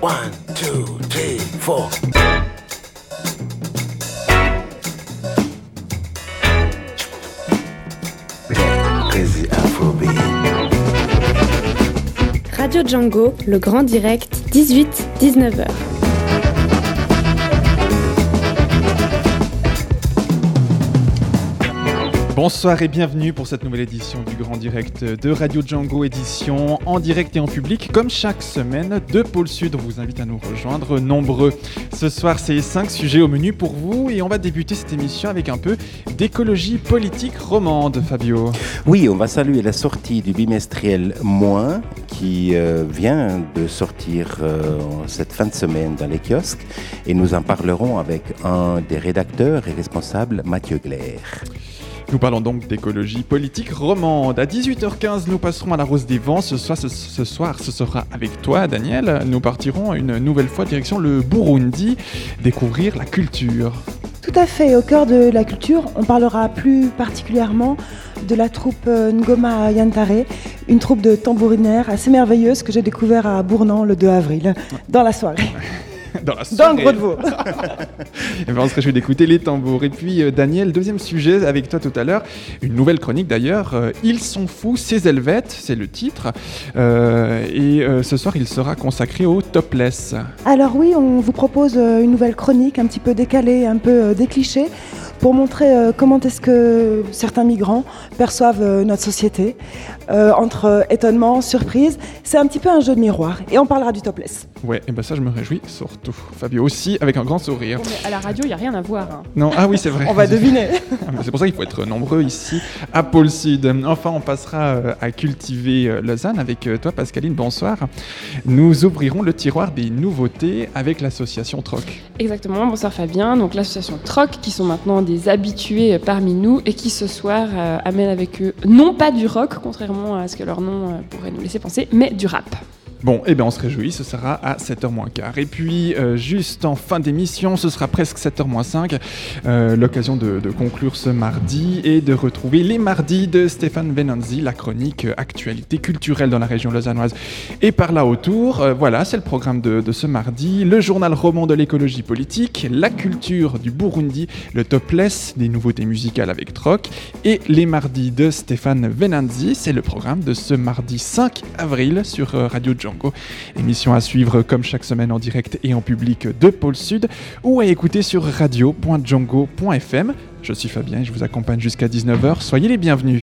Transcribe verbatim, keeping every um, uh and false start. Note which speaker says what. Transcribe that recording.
Speaker 1: One, two, three, four. Crazy Afrobeat.
Speaker 2: Radio Django, le grand direct, dix-huit à dix-neuf heures.
Speaker 3: Bonsoir et bienvenue pour cette nouvelle édition du Grand Direct de Radio Django, édition en direct et en public, comme chaque semaine, de Pôle Sud. On vous invite à nous rejoindre nombreux. Ce soir, c'est cinq sujets au menu pour vous et on va débuter cette émission avec un peu d'écologie politique romande, Fabio.
Speaker 4: Oui, on va saluer la sortie du bimestriel Moins qui euh, vient de sortir euh, cette fin de semaine dans les kiosques et nous en parlerons avec un des rédacteurs et responsables, Mathieu Glaire.
Speaker 3: Nous parlons donc d'écologie politique romande. À dix-huit heures quinze, nous passerons à la Rose des Vents. Ce soir, ce, ce soir, ce sera avec toi, Daniel. Nous partirons une nouvelle fois direction le Burundi, découvrir la culture.
Speaker 5: Tout à fait, au cœur de la culture, on parlera plus particulièrement de la troupe Ngoma Yantare, une troupe de tambourinaires assez merveilleuse que j'ai découvert à Bournan le deux avril, dans la soirée.
Speaker 3: Dans, la Dans
Speaker 5: le Gros de Vaud.
Speaker 3: Et ben on se réjouit d'écouter les tambours. Et puis euh, Daniel, deuxième sujet avec toi tout à l'heure, une nouvelle chronique d'ailleurs, euh, Ils sont fous, ces Helvètes, c'est le titre. Euh, et euh, ce soir, il sera consacré au topless.
Speaker 5: Alors oui, on vous propose euh, une nouvelle chronique un petit peu décalée, un peu euh, déclichée, pour montrer euh, comment est-ce que certains migrants perçoivent euh, notre société, euh, entre euh, étonnement, surprise. C'est un petit peu un jeu de miroir, et on parlera du topless.
Speaker 3: Ouais, et ben ça je me réjouis surtout. Fabio aussi, avec un grand sourire.
Speaker 6: Bon, mais à la radio, il n'y a rien à voir. Hein.
Speaker 3: Non, ah oui, c'est vrai.
Speaker 5: On va deviner.
Speaker 3: C'est pour ça qu'il faut être nombreux ici à Pôle Sud. Enfin, on passera à cultiver Lausanne avec toi, Pascaline. Bonsoir. Nous ouvrirons le tiroir des nouveautés avec l'association Troc.
Speaker 6: Exactement, bonsoir Fabien. Donc l'association Troc, qui sont maintenant des habitués parmi nous et qui ce soir euh, amènent avec eux non pas du rock, contrairement à ce que leur nom euh, pourrait nous laisser penser, mais du rap.
Speaker 3: Bon, eh bien on se réjouit, ce sera à sept heures moins quart. Et puis, euh, juste en fin d'émission, ce sera presque sept heures moins cinq, euh, l'occasion de, de conclure ce mardi et de retrouver les mardis de Stéphane Venanzi, la chronique euh, actualité culturelle dans la région lausannoise et par là autour. Euh, voilà, c'est le programme de, de ce mardi. Le journal roman de l'écologie politique, la culture du Burundi, le topless, des nouveautés musicales avec Troc et les mardis de Stéphane Venanzi. C'est le programme de ce mardi cinq avril sur euh, Radio Django. Émission à suivre comme chaque semaine en direct et en public de Pôle Sud ou à écouter sur radio point django point f m. Je suis Fabien et je vous accompagne jusqu'à dix-neuf heures. Soyez les bienvenus.